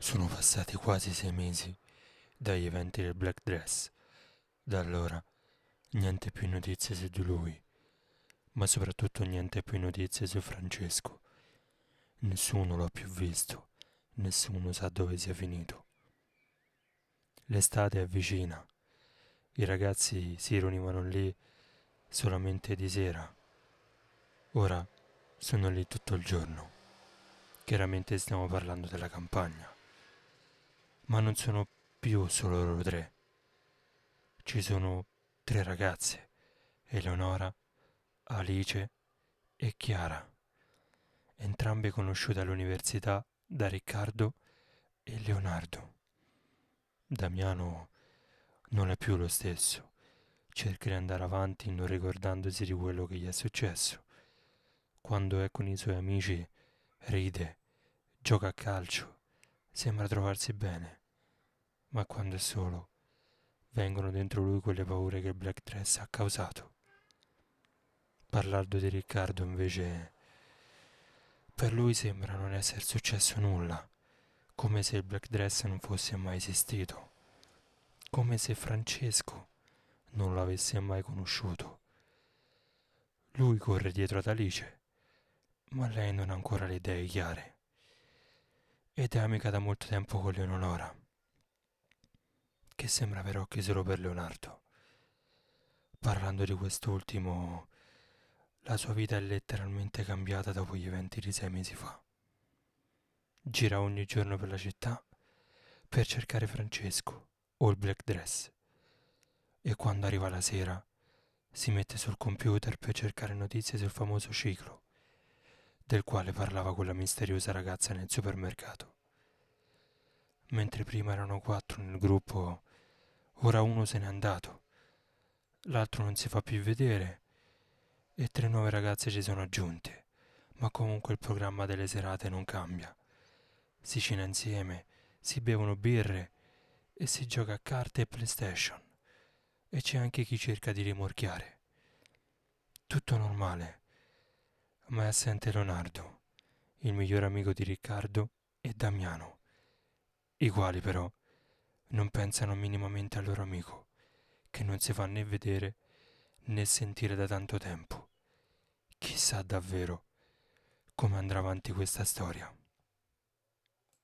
Sono passati quasi 6 mesi dagli eventi del Black Dress. Da allora niente più notizie su di lui, ma soprattutto niente più notizie su Francesco. Nessuno l'ha più visto, nessuno sa dove sia finito. L'estate è vicina, i ragazzi si riunivano lì solamente di sera. Ora sono lì tutto il giorno. Chiaramente stiamo parlando della campagna, ma non sono più solo loro tre. Ci sono tre ragazze: Eleonora, Alice e Chiara, entrambe conosciute all'università da Riccardo e Leonardo. Damiano non è più lo stesso, cerca di andare avanti non ricordandosi di quello che gli è successo. Quando è con i suoi amici ride, gioca a calcio, sembra trovarsi bene, ma quando è solo vengono dentro lui quelle paure che il Black Dress ha causato. Parlando di Riccardo invece, per lui sembra non essere successo nulla, come se il Black Dress non fosse mai esistito, come se Francesco non l'avesse mai conosciuto. Lui corre dietro ad Alice, ma lei non ha ancora le idee chiare ed è amica da molto tempo con Leonora, che sembra avere occhi solo per Leonardo. Parlando di quest'ultimo, la sua vita è letteralmente cambiata dopo gli eventi di 6 mesi fa. Gira ogni giorno per la città per cercare Francesco o il Black Dress, e quando arriva la sera si mette sul computer per cercare notizie sul famoso ciclo del quale parlava quella misteriosa ragazza nel supermercato. Mentre prima erano 4 nel gruppo, ora uno se n'è andato, l'altro non si fa più vedere e 3 nuove ragazze ci sono aggiunte, ma comunque il programma delle serate non cambia. Si cena insieme, si bevono birre e si gioca a carte e PlayStation, e c'è anche chi cerca di rimorchiare. Tutto normale, ma è assente Leonardo, il miglior amico di Riccardo e Damiano, i quali però non pensano minimamente al loro amico, che non si fa né vedere né sentire da tanto tempo. Chissà davvero come andrà avanti questa storia.